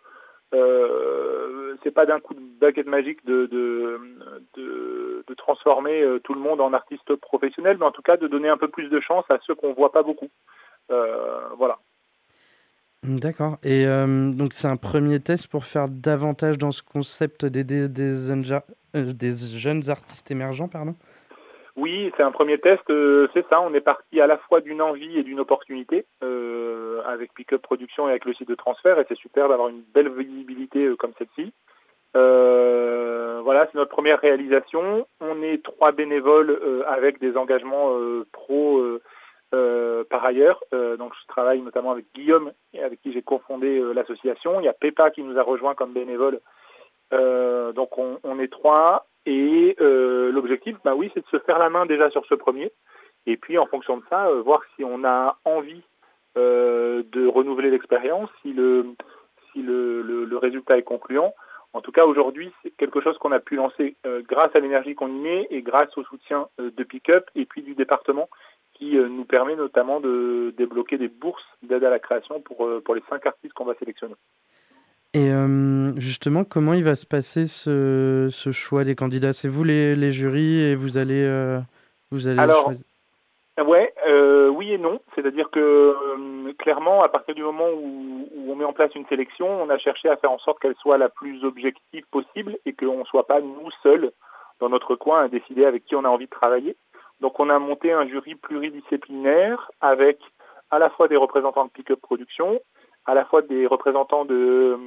c'est pas d'un coup de baguette magique de transformer tout le monde en artiste professionnel, mais en tout cas de donner un peu plus de chance à ceux qu'on voit pas beaucoup. Voilà. D'accord. Et donc c'est un premier test pour faire davantage dans ce concept d'aider des jeunes artistes émergents, pardon. Oui, c'est un premier test, c'est ça, on est parti à la fois d'une envie et d'une opportunité avec Pick-up Production et avec le site de transfert, et c'est super d'avoir une belle visibilité comme celle-ci. Voilà, c'est notre première réalisation. On est 3 bénévoles avec des engagements pro par ailleurs. Donc je travaille notamment avec Guillaume, avec qui j'ai cofondé l'association. Il y a Pepa qui nous a rejoint comme bénévole. Donc on est 3. Et l'objectif, oui, c'est de se faire la main déjà sur ce premier. Et puis, en fonction de ça, voir si on a envie de renouveler l'expérience, si le résultat est concluant. En tout cas, aujourd'hui, c'est quelque chose qu'on a pu lancer grâce à l'énergie qu'on y met et grâce au soutien de Pick-up et puis du département qui nous permet notamment de débloquer des bourses d'aide à la création pour les 5 artistes qu'on va sélectionner. Et justement, comment il va se passer ce choix des candidats? C'est vous les jurys et vous allez choisir? Ouais, oui et non. C'est-à-dire que clairement, à partir du moment où on met en place une sélection, on a cherché à faire en sorte qu'elle soit la plus objective possible et qu'on ne soit pas nous seuls dans notre coin à décider avec qui on a envie de travailler. Donc on a monté un jury pluridisciplinaire avec à la fois des représentants de Pick-up Production, à la fois des représentants de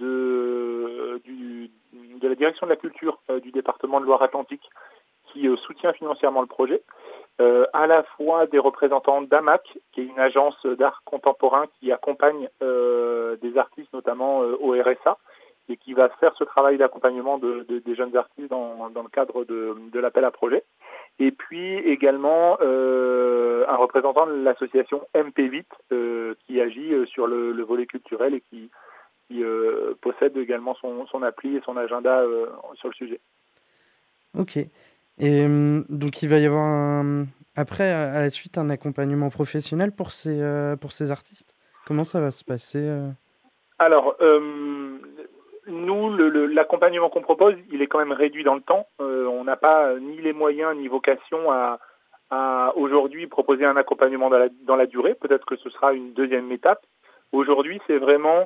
la direction de la culture du département de Loire-Atlantique qui soutient financièrement le projet, à la fois des représentants d'AMAC, qui est une agence d'art contemporain qui accompagne des artistes, notamment au RSA, et qui va faire ce travail d'accompagnement des jeunes artistes dans le cadre de l'appel à projet. Et puis également un représentant de l'association MP8 qui agit sur le volet culturel et qui possède également son appli et son agenda sur le sujet. Ok. Et donc il va y avoir après, à la suite, un accompagnement professionnel pour ces artistes? Comment ça va se passer Alors, nous, l'accompagnement qu'on propose, il est quand même réduit dans le temps. On n'a pas ni les moyens ni vocation à aujourd'hui proposer un accompagnement dans la durée. Peut-être que ce sera une deuxième étape. Aujourd'hui, c'est vraiment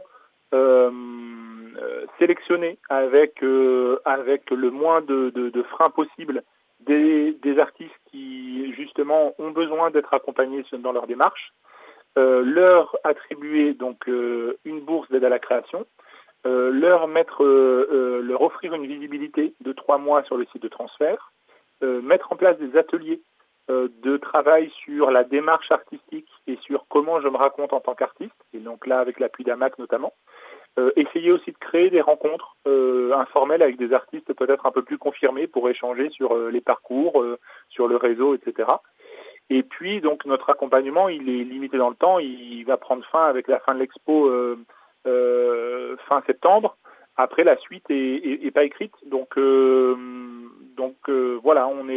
sélectionner avec le moins de freins possible des artistes qui, justement, ont besoin d'être accompagnés dans leur démarche, leur attribuer donc une bourse d'aide à la création, leur offrir une visibilité de 3 mois sur le site de transfert, mettre en place des ateliers de travail sur la démarche artistique et sur comment je me raconte en tant qu'artiste, et donc là avec l'appui d'AMAC notamment. Essayer aussi de créer des rencontres informelles avec des artistes peut-être un peu plus confirmés pour échanger sur les parcours, sur le réseau, etc. Et puis donc notre accompagnement, il est limité dans le temps, il va prendre fin avec la fin de l'expo fin septembre. Après, la suite est pas écrite, donc voilà, on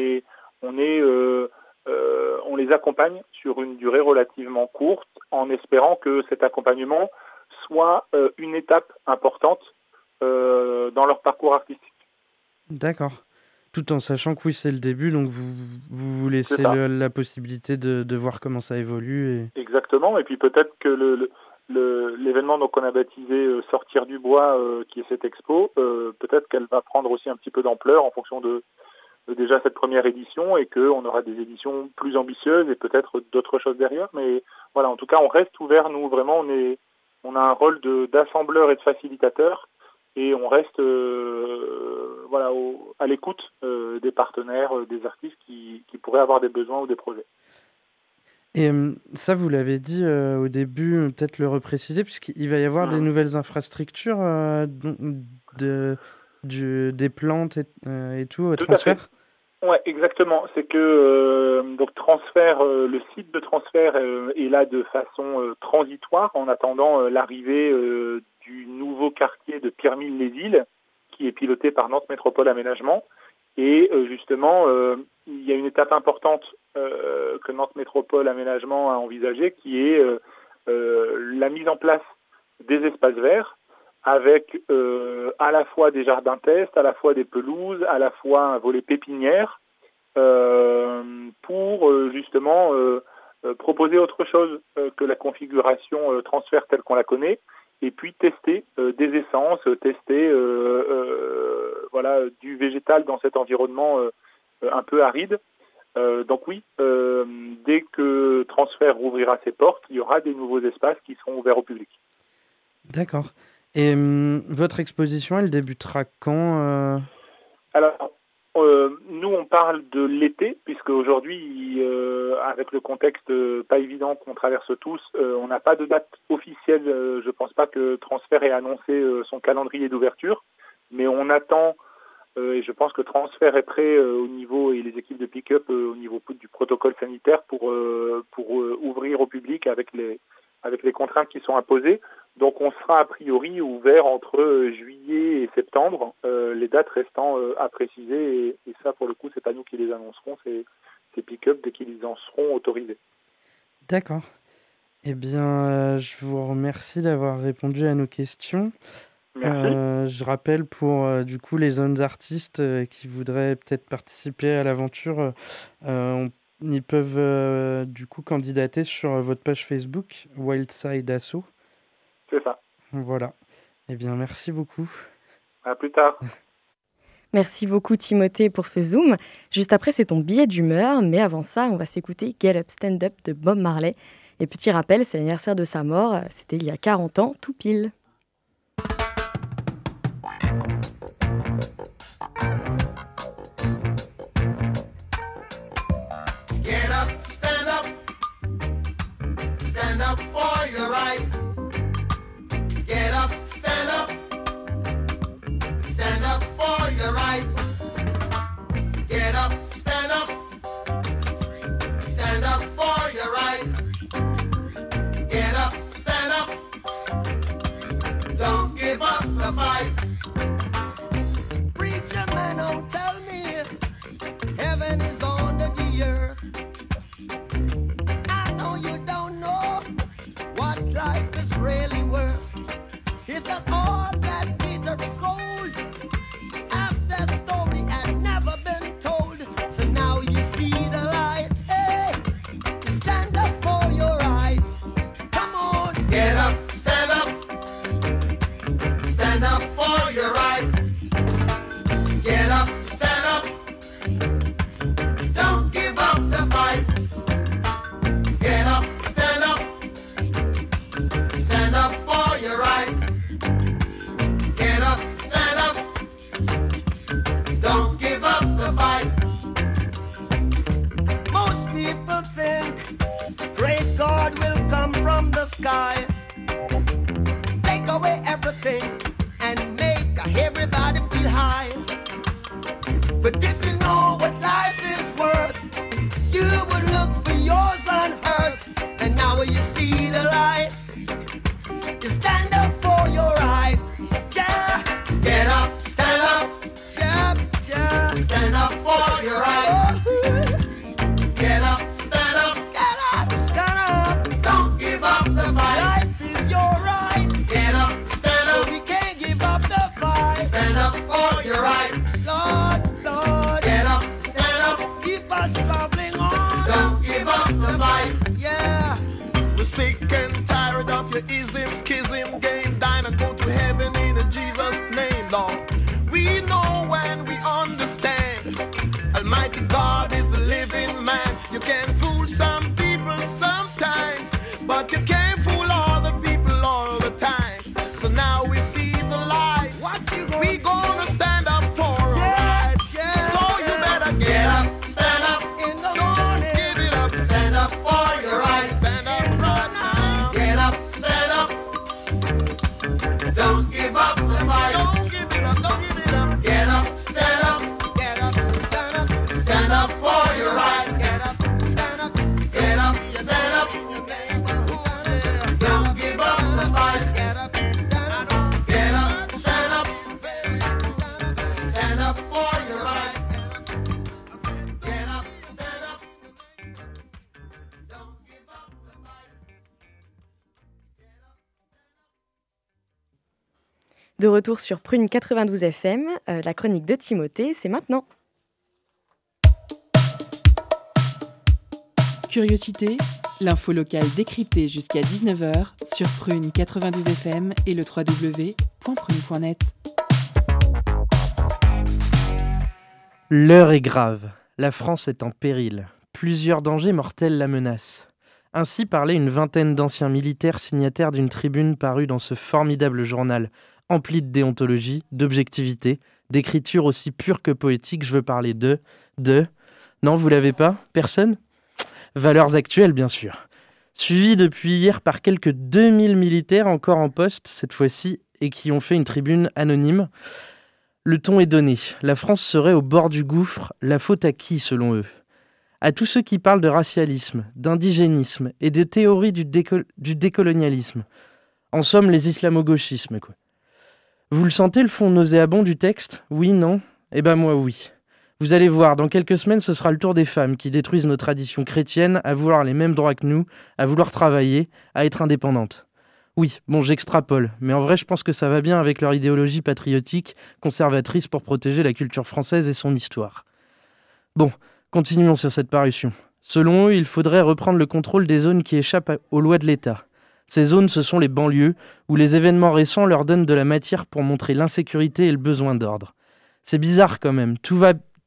les accompagne sur une durée relativement courte, en espérant que cet accompagnement soit une étape importante dans leur parcours artistique. D'accord. Tout en sachant que oui, c'est le début, donc vous laissez la possibilité de voir comment ça évolue. Exactement, et puis peut-être que l'événement qu'on a baptisé Sortir du bois, qui est cette expo, peut-être qu'elle va prendre aussi un petit peu d'ampleur en fonction de déjà cette première édition et qu'on aura des éditions plus ambitieuses et peut-être d'autres choses derrière. Mais voilà, en tout cas, on reste ouvert. Nous, vraiment, on a un rôle d'assembleur et de facilitateur et on reste à l'écoute des partenaires, des artistes qui pourraient avoir des besoins ou des projets. Et ça, vous l'avez dit au début, peut-être le repréciser, puisqu'il va y avoir des nouvelles infrastructures des plantes et tout au transfert. Oui, exactement. C'est que donc transfert, le site de transfert est là de façon transitoire en attendant l'arrivée du nouveau quartier de Pierremille-les-Îles qui est piloté par Nantes Métropole Aménagement. Et justement, il y a une étape importante que Nantes Métropole Aménagement a envisagée qui est la mise en place des espaces verts avec à la fois des jardins tests, à la fois des pelouses, à la fois un volet pépinière pour justement proposer autre chose que la configuration transfert telle qu'on la connaît et puis tester des essences, tester du végétal dans cet environnement un peu aride. Donc oui, dès que Transfert rouvrira ses portes, il y aura des nouveaux espaces qui seront ouverts au public. D'accord. Et votre exposition, elle débutera quand Alors, nous, on parle de l'été, puisque aujourd'hui, avec le contexte pas évident qu'on traverse tous, on n'a pas de date officielle. Je ne pense pas que Transfert ait annoncé son calendrier d'ouverture, mais on attend, et je pense que Transfert est prêt au niveau, et les équipes de pick-up au niveau du protocole sanitaire pour ouvrir au public avec les contraintes qui sont imposées. Donc on sera a priori ouvert entre juillet et septembre, les dates restant à préciser, et ça pour le coup c'est pas nous qui les annoncerons, c'est pick-up dès qu'ils en seront autorisés. D'accord. Eh bien, je vous remercie d'avoir répondu à nos questions. Merci. Je rappelle pour du coup les jeunes artistes qui voudraient peut-être participer à l'aventure, ils peuvent du coup candidater sur votre page Facebook Wildside Asso. C'est ça. Voilà. Eh bien, merci beaucoup. À plus tard. Merci beaucoup Timothée pour ce zoom. Juste après, c'est ton billet d'humeur, mais avant ça, on va s'écouter Get Up Stand Up de Bob Marley. Et petit rappel, c'est l'anniversaire de sa mort, c'était il y a 40 ans, tout pile. Get up, stand up for your right. Get up, stand up for your right. Get up, stand up for your right. Get up, stand up, don't give up the fight. Preacher man, don't tell me heaven is under the earth. I know you don't know what life is really worth. It's not all that glitter is gold. Half the story had never been told. So now you see the light. Hey, stand up for your right. Come on, get up, stand up. Stand up for your right. Get up, stand up. Don't give up the fight. Get up, stand up. Stand up for your right. Get up, stand up. Don't give up the fight. Most people think great God will come from the sky, take away everything and make everybody feel high. But if you know what life is worth, you would look for yours on earth. And now you see the light. You stand up for your rights. Yeah. Get up, stand up. Yeah, yeah. Stand up for your rights. Get up, stand up. Get up, stand up. Don't give up the fight. Life is your right. Get up, stand up. So we can't give up the fight. Stand up for your rights. Lord, Lord. Get up, stand up. Keep us traveling on. Don't give up the fight. Yeah. We're sick and tired of your ism, schism, game, dine and go to heaven in Jesus' name, Lord. We know when we understand. God is a living man. You can fool some people sometimes, but you can't fool all the people all the time. So now we see the light. We gonna stand up for our rights. So you better get up, stand up in the morning. Give it up, stand up for your rights. Stand up right now. Get up, stand up. Don't give up the fight. Don't give it up, don't give it up. Get up, stand up. Get up, stand up. Stand up for your right. Get up, stand up. Get up, stand up. Don't give up the fight. Get up, stand up. Get up, stand up. Stand up for your right. Get up, stand up. Don't give up the fight. De retour sur Prune 92 FM, la chronique de Timothée, c'est maintenant. Curiosité, l'info locale décryptée jusqu'à 19h sur Prune 92 FM et le www.prune.net. L'heure est grave. La France est en péril. Plusieurs dangers mortels la menacent. Ainsi parlait une vingtaine d'anciens militaires signataires d'une tribune parue dans ce formidable journal, empli de déontologie, d'objectivité, d'écriture aussi pure que poétique. Je veux parler de... Non, vous l'avez pas ? Personne ? Valeurs actuelles, bien sûr. Suivi depuis hier par quelques 2000 militaires encore en poste, cette fois-ci, et qui ont fait une tribune anonyme. Le ton est donné. La France serait au bord du gouffre. La faute à qui, selon eux ? À tous ceux qui parlent de racialisme, d'indigénisme et de théorie du décolonialisme. En somme, les islamo-gauchismes, quoi. Vous le sentez, le fond nauséabond du texte ? Oui, non ? Eh ben moi, oui. Vous allez voir, dans quelques semaines, ce sera le tour des femmes qui détruisent nos traditions chrétiennes, à vouloir les mêmes droits que nous, à vouloir travailler, à être indépendantes. Oui, bon, j'extrapole, mais en vrai, je pense que ça va bien avec leur idéologie patriotique, conservatrice pour protéger la culture française et son histoire. Bon, continuons sur cette parution. Selon eux, il faudrait reprendre le contrôle des zones qui échappent aux lois de l'État. Ces zones, ce sont les banlieues, où les événements récents leur donnent de la matière pour montrer l'insécurité et le besoin d'ordre. C'est bizarre quand même, tout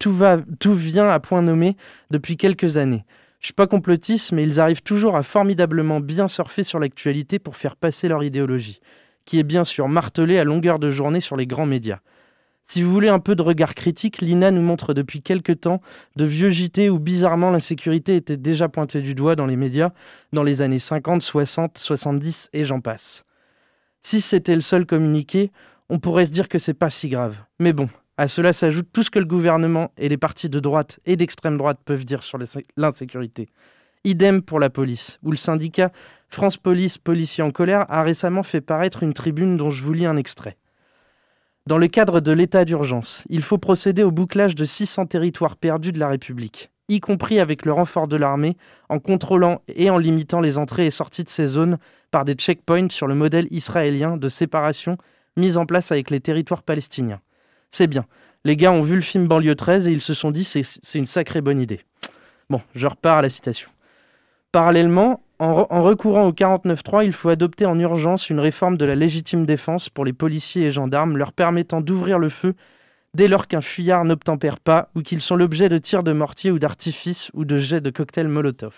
vient à point nommé depuis quelques années. Je suis pas complotiste, mais ils arrivent toujours à formidablement bien surfer sur l'actualité pour faire passer leur idéologie, qui est bien sûr martelée à longueur de journée sur les grands médias. Si vous voulez un peu de regard critique, l'INA nous montre depuis quelques temps de vieux JT où bizarrement l'insécurité était déjà pointée du doigt dans les médias dans les années 50, 60, 70 et j'en passe. Si c'était le seul communiqué, on pourrait se dire que c'est pas si grave. Mais bon, à cela s'ajoute tout ce que le gouvernement et les partis de droite et d'extrême droite peuvent dire sur l'insécurité. Idem pour la police, où le syndicat France Police, Policiers en colère, a récemment fait paraître une tribune dont je vous lis un extrait. Dans le cadre de l'état d'urgence, il faut procéder au bouclage de 600 territoires perdus de la République, y compris avec le renfort de l'armée, en contrôlant et en limitant les entrées et sorties de ces zones par des checkpoints sur le modèle israélien de séparation mis en place avec les territoires palestiniens. C'est bien. Les gars ont vu le film Banlieue 13 et ils se sont dit c'est une sacrée bonne idée. Bon, je repars à la citation. Parallèlement, en recourant au 49.3, il faut adopter en urgence une réforme de la légitime défense pour les policiers et gendarmes, leur permettant d'ouvrir le feu dès lors qu'un fuyard n'obtempère pas ou qu'ils sont l'objet de tirs de mortier ou d'artifice ou de jets de cocktails Molotov.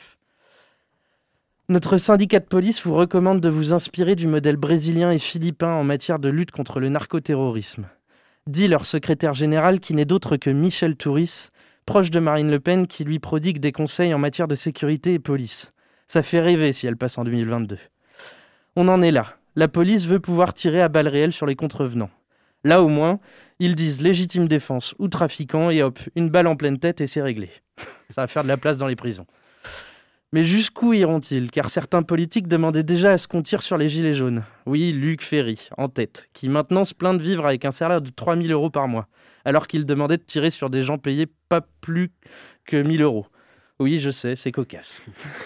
Notre syndicat de police vous recommande de vous inspirer du modèle brésilien et philippin en matière de lutte contre le narcoterrorisme. Dit leur secrétaire général qui n'est d'autre que Michel Touris, proche de Marine Le Pen qui lui prodigue des conseils en matière de sécurité et police. Ça fait rêver si elle passe en 2022. On en est là. La police veut pouvoir tirer à balles réelles sur les contrevenants. Là au moins, ils disent légitime défense ou trafiquant et hop, une balle en pleine tête et c'est réglé. Ça va faire de la place dans les prisons. Mais jusqu'où iront-ils ? Car certains politiques demandaient déjà à ce qu'on tire sur les gilets jaunes. Oui, Luc Ferry, en tête, qui maintenant se plaint de vivre avec un salaire de 3 000 € par mois, alors qu'il demandait de tirer sur des gens payés pas plus que 1 000 €. Oui, je sais, c'est cocasse.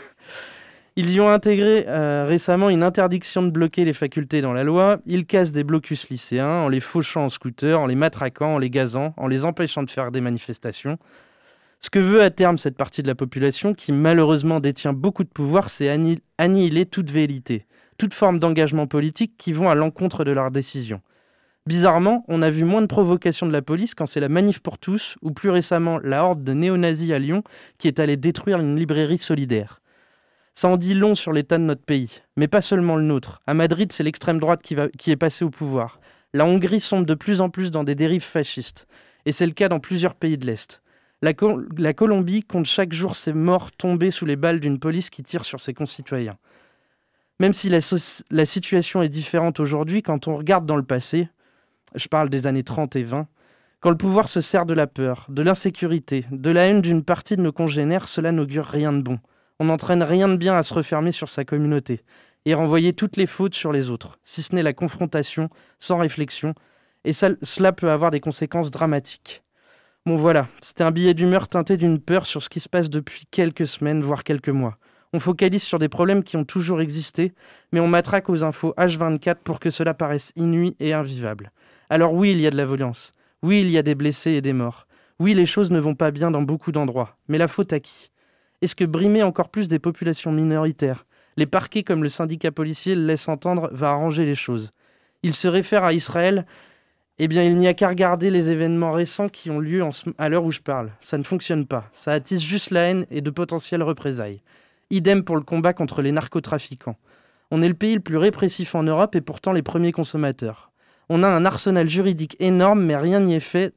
Ils y ont intégré récemment une interdiction de bloquer les facultés dans la loi. Ils cassent des blocus lycéens en les fauchant en scooter, en les matraquant, en les gazant, en les empêchant de faire des manifestations. Ce que veut à terme cette partie de la population, qui malheureusement détient beaucoup de pouvoir, c'est annihiler toute velléité, toute forme d'engagement politique qui vont à l'encontre de leurs décisions. Bizarrement, on a vu moins de provocations de la police quand c'est la Manif pour tous, ou plus récemment la horde de néo-nazis à Lyon qui est allée détruire une librairie solidaire. Ça en dit long sur l'état de notre pays, mais pas seulement le nôtre. À Madrid, c'est l'extrême droite qui est passée au pouvoir. La Hongrie sombre de plus en plus dans des dérives fascistes, et c'est le cas dans plusieurs pays de l'Est. La Colombie compte chaque jour ses morts tombés sous les balles d'une police qui tire sur ses concitoyens. Même si la situation est différente aujourd'hui, quand on regarde dans le passé, je parle des années 30 et 20, quand le pouvoir se sert de la peur, de l'insécurité, de la haine d'une partie de nos congénères, cela n'augure rien de bon. On n'entraîne rien de bien à se refermer sur sa communauté et renvoyer toutes les fautes sur les autres, si ce n'est la confrontation, sans réflexion, et cela peut avoir des conséquences dramatiques. Bon voilà, c'était un billet d'humeur teinté d'une peur sur ce qui se passe depuis quelques semaines, voire quelques mois. On focalise sur des problèmes qui ont toujours existé, mais on matraque aux infos H24 pour que cela paraisse inouï et invivable. Alors oui, il y a de la violence. Oui, il y a des blessés et des morts. Oui, les choses ne vont pas bien dans beaucoup d'endroits. Mais la faute à qui ? Est-ce que brimer encore plus des populations minoritaires, les parquets comme le syndicat policier le laissent entendre, va arranger les choses ? Il se réfère à Israël. Eh bien, il n'y a qu'à regarder les événements récents qui ont lieu à l'heure où je parle. Ça ne fonctionne pas. Ça attise juste la haine et de potentielles représailles. Idem pour le combat contre les narcotrafiquants. On est le pays le plus répressif en Europe et pourtant les premiers consommateurs. On a un arsenal juridique énorme, mais rien n'y est fait.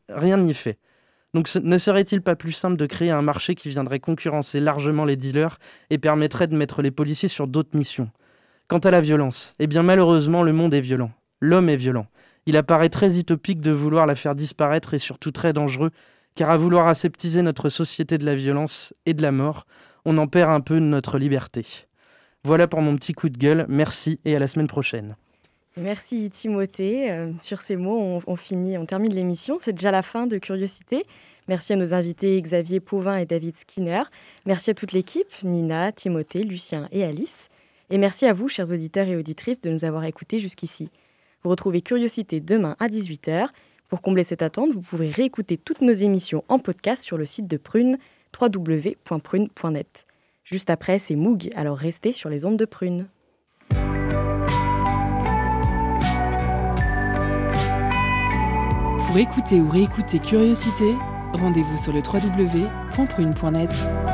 Donc ne serait-il pas plus simple de créer un marché qui viendrait concurrencer largement les dealers et permettrait de mettre les policiers sur d'autres missions ? Quant à la violence, eh bien malheureusement le monde est violent. L'homme est violent. Il apparaît très utopique de vouloir la faire disparaître et surtout très dangereux, car à vouloir aseptiser notre société de la violence et de la mort, on en perd un peu de notre liberté. Voilà pour mon petit coup de gueule. Merci et à la semaine prochaine. Merci Timothée. Sur ces mots, on termine l'émission. C'est déjà la fin de Curiosité. Merci à nos invités Xavier Pauvin et David Skinner. Merci à toute l'équipe, Nina, Timothée, Lucien et Alice. Et merci à vous, chers auditeurs et auditrices, de nous avoir écoutés jusqu'ici. Vous retrouvez Curiosité demain à 18h. Pour combler cette attente, vous pouvez réécouter toutes nos émissions en podcast sur le site de Prune, www.prune.net. Juste après, c'est Moog, alors restez sur les ondes de Prune. Pour écouter ou réécouter Curiosité, rendez-vous sur le www.prune.net.